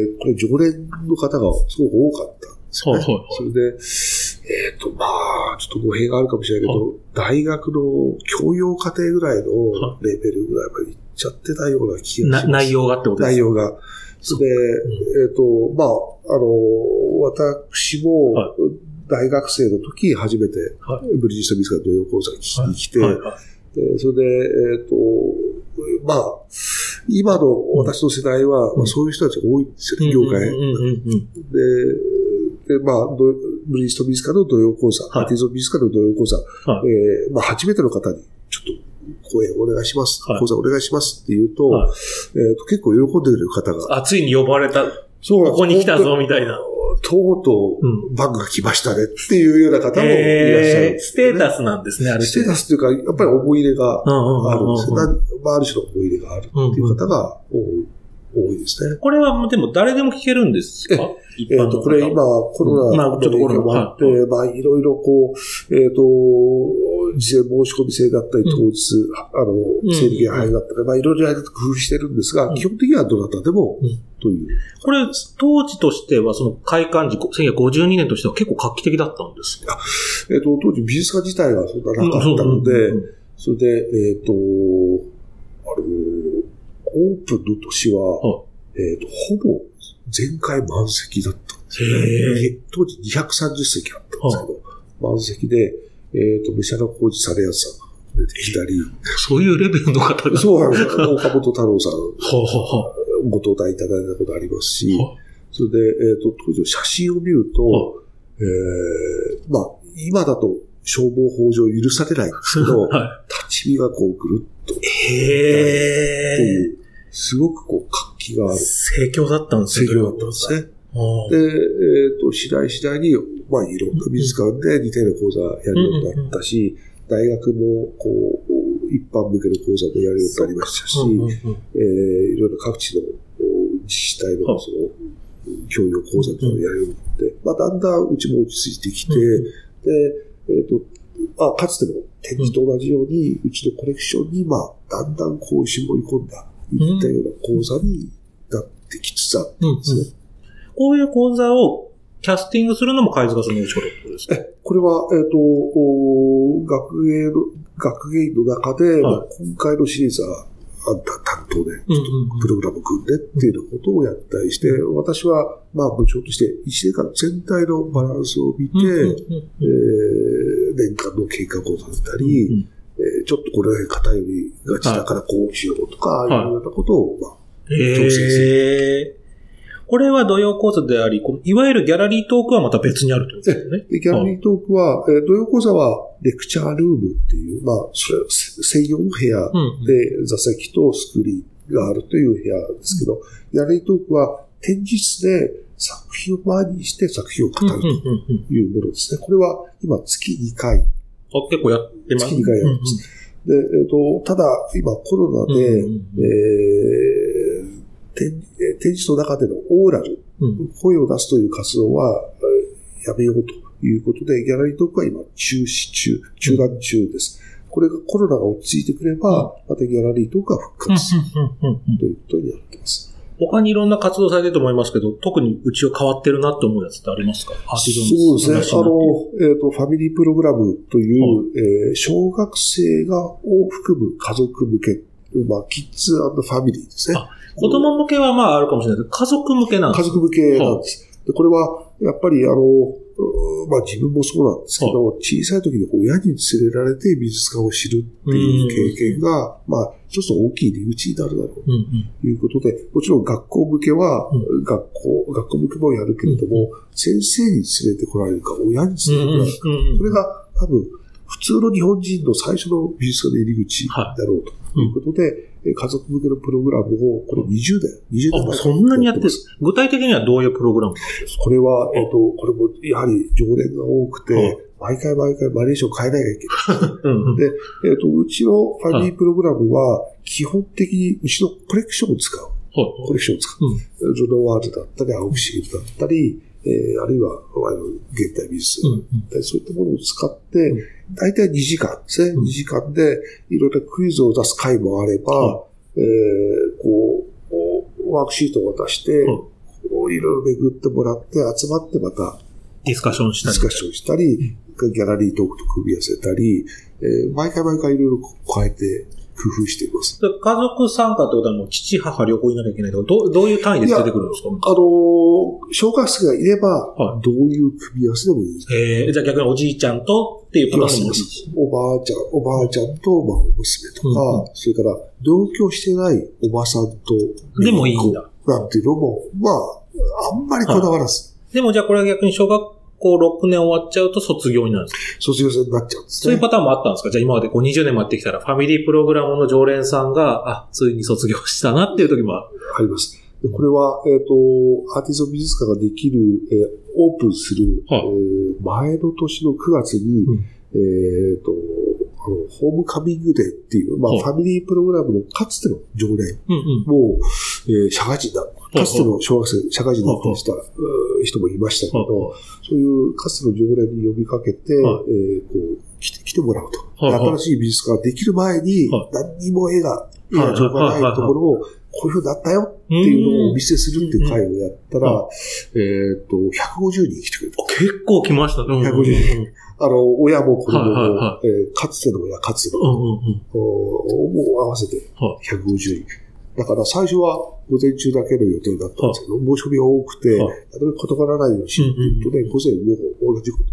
これ常連の方がすごく多かったんですよね。それで、ちょっと語弊があるかもしれないけど、大学の教養課程ぐらいのレベルぐらいまで行っちゃってたような気がします。 内容がってことですか？ 内容が。それで、私も、大学生の時初めてブリヂストン美術館土曜講座に聞きに来て、それで、今の私の世代は、そういう人たちが多いんですよね、業界。で、ブリヂストン美術館の土曜講座、アーティゾン美術館の土曜講座、初めての方にちょっと講演お願いします、講座お願いしますって言うと、結構喜んでくれる方が。 ついに呼ばれた。ここに来たぞ、みたいな。 とうとう、バッグが来ましたねっていうような方もいらっしゃる、 ステータスなんですね、あるステータスっていうか、やっぱり思い入れがあるんですよ。ある種の思い入れがあるっていう方が多いですね。 これはでも誰でも聞けるんですか？ これ今コロナの影響もあって、いろいろ事前申し込み制だったり、当日、整理券配布だったり、いろいろ工夫してるんですが、基本的にはどなたでも、という。 これ、当時としては、その開館時、1952年としては結構画期的だったんですか？ 当時美術館自体はそんななかったので、それで、オープンの年は、ほぼ前回満席だったんですよね。当時230席あったんですけど、満席で、武者の工事されやすさんが出てきたり。 そういうレベルの方が。 そうなんです。岡本太郎さん、ご登壇いただいたことありますし、それで、当時の写真を見ると、まあ、今だと消防法上許されないんですけど、立ち見がこうぐるっと。っていう、すごくこう活気がある。 盛況だったんですね。 盛況だったんですね。で、次第に、まあ、いろんな美術館で似たような講座やるようになったし、大学も、こう、一般向けの講座もやるようになりましたし、いろいろ各地の自治体のその、教養講座とかをやるようになって、まあ、だんだんうちも落ち着いてきて、で、まあ、かつての展示と同じように、うちのコレクションに、まあ、だんだんこう絞り込んだ、いったような講座になってきつつあったんですね。 こういう講座をキャスティングするのも貝塚さんのお仕事ってことですか？ これは、学芸員の中で、まあ、今回のシリーズは、あんた担当で、プログラム組んでっていうようなことをやったりして、私は、まあ、部長として、1年間全体のバランスを見て、年間の経過を立てたり、ちょっとこれ偏りがちだからこうしようとか、いうようなことを、まあ、調整する。 これは土曜講座であり、いわゆるギャラリートークはまた別にあるということですね。 ギャラリートークは、土曜講座はレクチャールームっていう、まあ、それ専用の部屋で座席とスクリーンがあるという部屋ですけど、ギャラリートークは展示室で作品を前にして作品を語るというものですね。これは今月2回。 結構やってますね。 月2回やります。で、ただ今コロナで、展示の中でのオーラル、声を出すという活動はやめようということで、ギャラリートークは今中断中です。これがコロナが落ち着いてくれば、またギャラリートークが復活するということになっています。 他にいろんな活動されてると思いますけど、特にうちは変わってるなって思うやつってありますか？ そうですね。ファミリープログラムという、小学生を含む家族向け、まあ、キッズ&ファミリーですね。 子供向けはまああるかもしれないけど、家族向けなんですか？ 家族向けなんです。でこれは、やっぱりまあ自分もそうなんですけど、小さい時に親に連れられて美術館を知るっていう経験が、まあ一つの大きい入り口になるだろうということで、もちろん学校向けは、学校向けもやるけれども、先生に連れてこられるか、親に連れてこられるか、それが多分、普通の日本人の最初の美術館の入り口だろうということで、家族向けのプログラムを、これ20年前そんなにやってる。具体的にはどういうプログラムなんですか？ これは、これもやはり常連が多くて、毎回バリエーション変えなきゃいけない。で、うちのファミリープログラムは、基本的にうちのコレクションを使う。コレクションを使う。ルノワールだったり、青木茂だったり、あるいは、現代美術だったり、そういったものを使って、だいたい2時間ですね。2時間で、いろいろクイズを出す回もあれば、ワークシートを渡して、いろいろ巡ってもらって、集まってまた、 ディスカッションしたり、ギャラリートークと組み合わせたり、毎回いろいろ変えて、工夫しています。 家族参加ってことはもう父母両方いなきゃいけないとか、どういう単位で出てくるんですか？ 小学生がいれば、どういう組み合わせでもいい。 じゃあ逆におじいちゃんとっていうパターンもいいし。 おばあちゃんと孫娘とか、それから同居してないおばさんと、 でもいいんだ。 なんていうのも、まあ、あんまりこだわらず。 でもじゃあこれは逆に小学校6年終わっちゃうと卒業になるんですか？ 卒業生になっちゃうんですね。 そういうパターンもあったんですか？じゃあ今まで20年もやってきたら、ファミリープログラムの常連さんが、ついに卒業したなっていう時もあります。でこれは、アーティゾン美術館ができる、オープンする、前の年の9月に、ホームカミングデーっていう、まあ、ファミリープログラムのかつての常連もう、社会人だ。かつての小学生、社会人だったりした人もいましたけど、そういうかつての常連に呼びかけて、来てもらうと。新しい美術館ができる前に、何にも絵が情がないところを、こういう風になったよっていうのをお見せするっていう会をやったら、150人来てくれた。 結構来ましたね。 150人。親も子供も、かつての親、かつてのもう合わせて150人。 だから最初は午前中だけの予定だったんですけど、申し込みが多くて、なるべく断らないようにしようということで、午前も同じこと。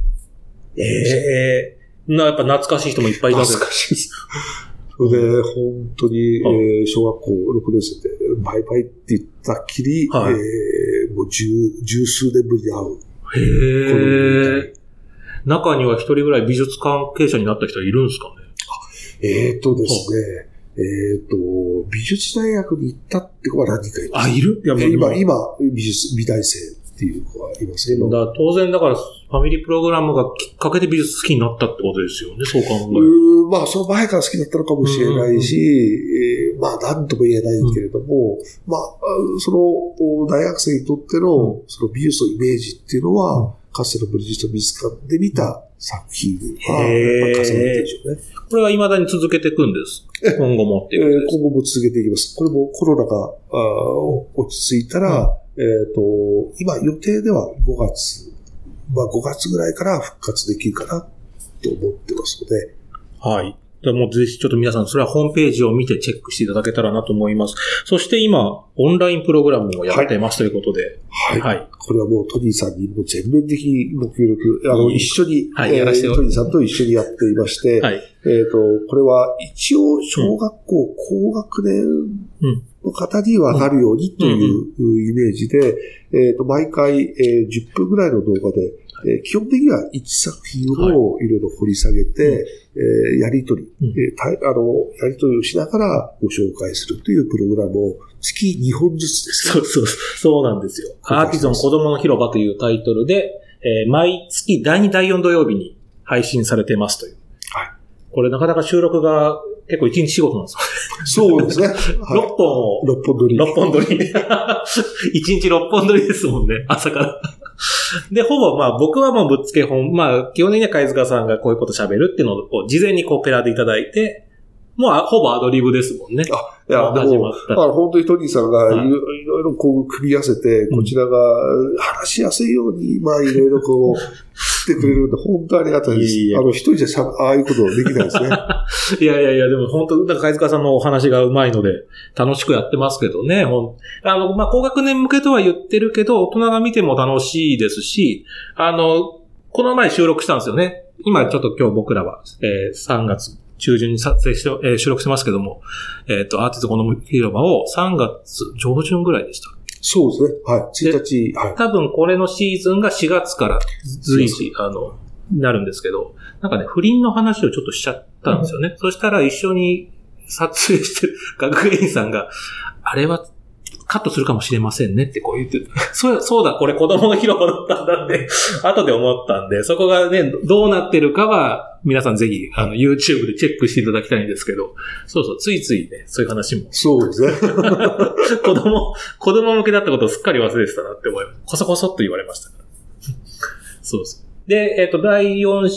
やっぱ懐かしい人もいっぱいいたんです。 懐かしいです。それで、本当に、小学校6年生で、バイバイって言ったきり、もう十数年ぶりに会う。 中には一人ぐらい美術関係者になった人いるんですかね？ ですね、美術大学に行ったって子は何人かいます。 いる？ 今、美大生っていう子はいますけど。 当然だから、ファミリープログラムがきっかけで美術好きになったってことですよね、そう考える。 その前から好きだったのかもしれないし、何とも言えないけれども、その大学生にとっての、その美術のイメージっていうのは、かつてのブリヂストン美術館で見た作品は、重なってるでしょうね。これは未だに続けていくんです。今後もっていう。 今後も続けていきます。これもコロナが落ち着いたら、今予定では5月ぐらいから復活できるかなと思ってますので。 はい。もうぜひちょっと皆さん、それはホームページを見てチェックしていただけたらなと思います。そして今、オンラインプログラムもやってますということで。 はい。これはもうトニーさんにも全面的にご協力、一緒に、トニーさんと一緒にやっていまして、これは一応小学校高学年の方にわかるようにというイメージで、毎回、10分ぐらいの動画で、基本的には1作品をいろいろ掘り下げて、やりとりをしながらご紹介するというプログラムを月2本ずつですね。 そうなんですよ。アーティゾン子供の広場というタイトルで、毎月第2、第4土曜日に配信されてますという。はい。これなかなか収録が結構1日仕事なんですよ。そうですね。 6本撮り。1日6本撮りですもんね、朝から。で、ほぼ僕はぶっつけ本、基本的には貝塚さんがこういうこと喋るっていうのを事前にペラでいただいて、もうほぼアドリブですもんね。 でも、本当にトニーさんがいろいろ組み合わせて、こちらが話しやすいように、いろいろ振ってくれるので、本当ありがたいです。一人じゃああいうことできないですね。 いや、でも本当、貝塚さんのお話がうまいので、楽しくやってますけどね。高学年向けとは言ってるけど、大人が見ても楽しいですし、この前収録したんですよね。今ちょっと今日僕らは、3月中旬に撮影して、収録してますけども、アーティストこの広場を3月上旬ぐらいでした。 そうですね。はい。1日。はい。 多分これのシーズンが4月から随時、なるんですけど、なんかね、不倫の話をちょっとしちゃったんですよね。そしたら一緒に撮影してる学芸員さんが、あれはカットするかもしれませんねってこう言ってる。そうだ、これ子供の広場だったんだって、後で思ったんで、そこがね、どうなってるかは、皆さんぜひ、YouTube でチェックしていただきたいんですけど、ついついね、そういう話も。 そうですね。 子供向けだったことをすっかり忘れてたなって思います。こそこそっと言われましたから。そう。で、第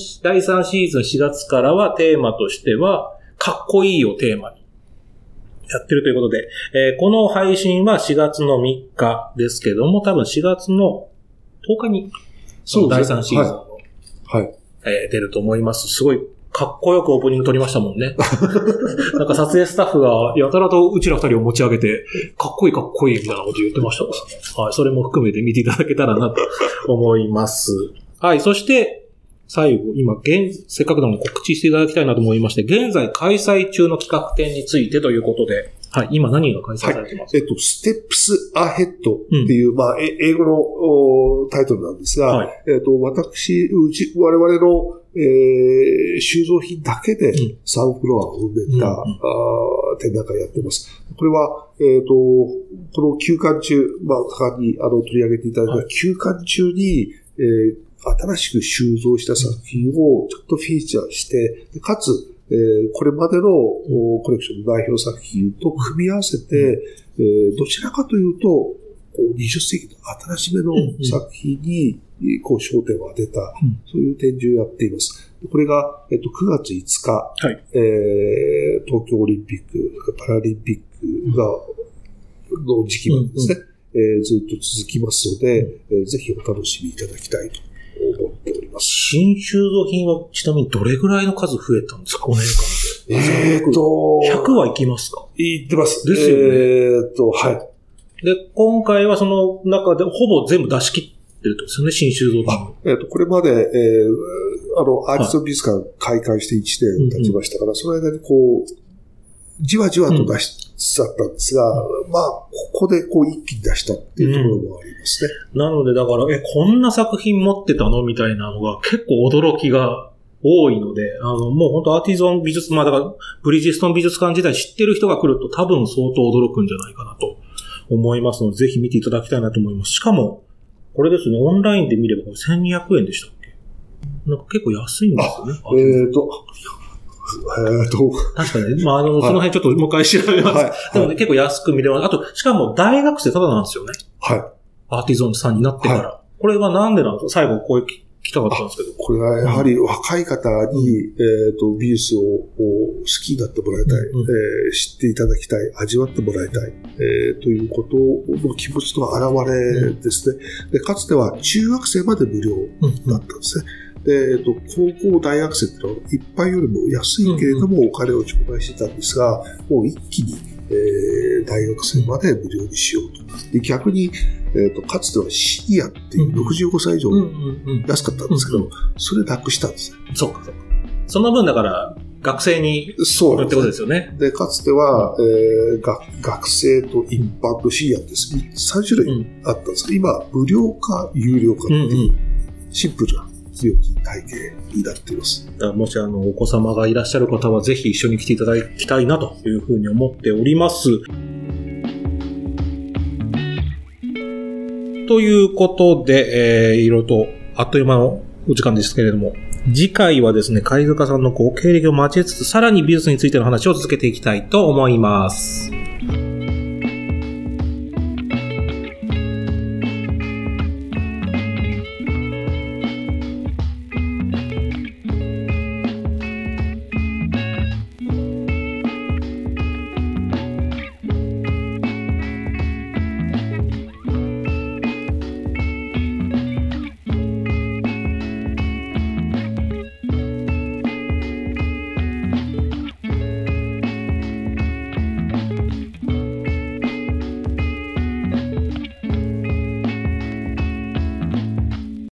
3シーズン4月からはテーマとしては、かっこいいをテーマにやってるということで、この配信は4月の3日ですけども、多分4月の10日に、第3シーズンの、出ると思います。すごいかっこよくオープニング撮りましたもんね。なんか撮影スタッフがやたらとうちら二人を持ち上げて、かっこいいみたいなこと言ってましたからね。はい、それも含めて見ていただけたらなと思います。はい、そして、最後、今、せっかくなので告知していただきたいなと思いまして、現在開催中の企画展についてということで、はい、今何が開催されてますか？ ステップスアヘッドっていう、英語のタイトルなんですが、我々の、収蔵品だけで3フロアを埋めた、展覧会やってます。これは、この休館中、他に取り上げていただいた休館中に、新しく収蔵した作品をちょっとフィーチャーして、かつ、これまでのコレクションの代表作品と組み合わせて、どちらかというと、20世紀の新しめの作品に、焦点を当てた、そういう展示をやっています。これが、9月5日、東京オリンピック、パラリンピックの時期までですね、ずっと続きますので、ぜひお楽しみいただきたいと思っております。 新収蔵品はちなみにどれぐらいの数増えたんですか、5年間で。 100は行きますか？ 行ってます。 ですよね。 はい。 で、今回はその中でほぼ全部出し切ってるってことですよね、新収蔵品。 これまで、アーティスト美術館開館して1年経ちましたから、その間にじわじわと出しつつあったんですが、まあ、ここで一気に出したっていうところもありますね。 なので、だから、こんな作品持ってたのみたいなのが結構驚きが多いので、もう本当アーティゾン美術、だから、ブリヂストン美術館時代知ってる人が来ると多分相当驚くんじゃないかなと思いますので、ぜひ見ていただきたいなと思います。しかも、これですね、オンラインで見ればこれ1200円でしたっけ？なんか結構安いんですよね。確かにね。その辺ちょっともう一回調べます。でもね、結構安く見れます。あと、しかも大学生ただなんですよね。 はい。 アーティゾンさんになってから。これはなんでなんですか？最後こう来たかったんですけど。 これはやはり若い方に、美術を好きになってもらいたい、知っていただきたい、味わってもらいたい、ということの気持ちの表れですね。で、かつては中学生まで無料だったんですね。で、高校大学生ってのは一般よりも安いけれどもお金を頂戴してたんですが、もう一気に、大学生まで無料にしようと。で、逆に、かつてはシニアっていう65歳以上安かったんですけど、それなくしたんですね。 そうか。その分だから学生にそうってことですよね。 で、かつては、学生と一般とシニアって3種類あったんですけど、今、無料か有料かっていうシンプルな料金体系になっています。 もしお子様がいらっしゃる方はぜひ一緒に来ていただきたいなというふうに思っております。ということで、いろいろとあっという間のお時間ですけれども、次回はですね、貝塚さんの経歴を交えつつ、さらに美術についての話を続けていきたいと思います。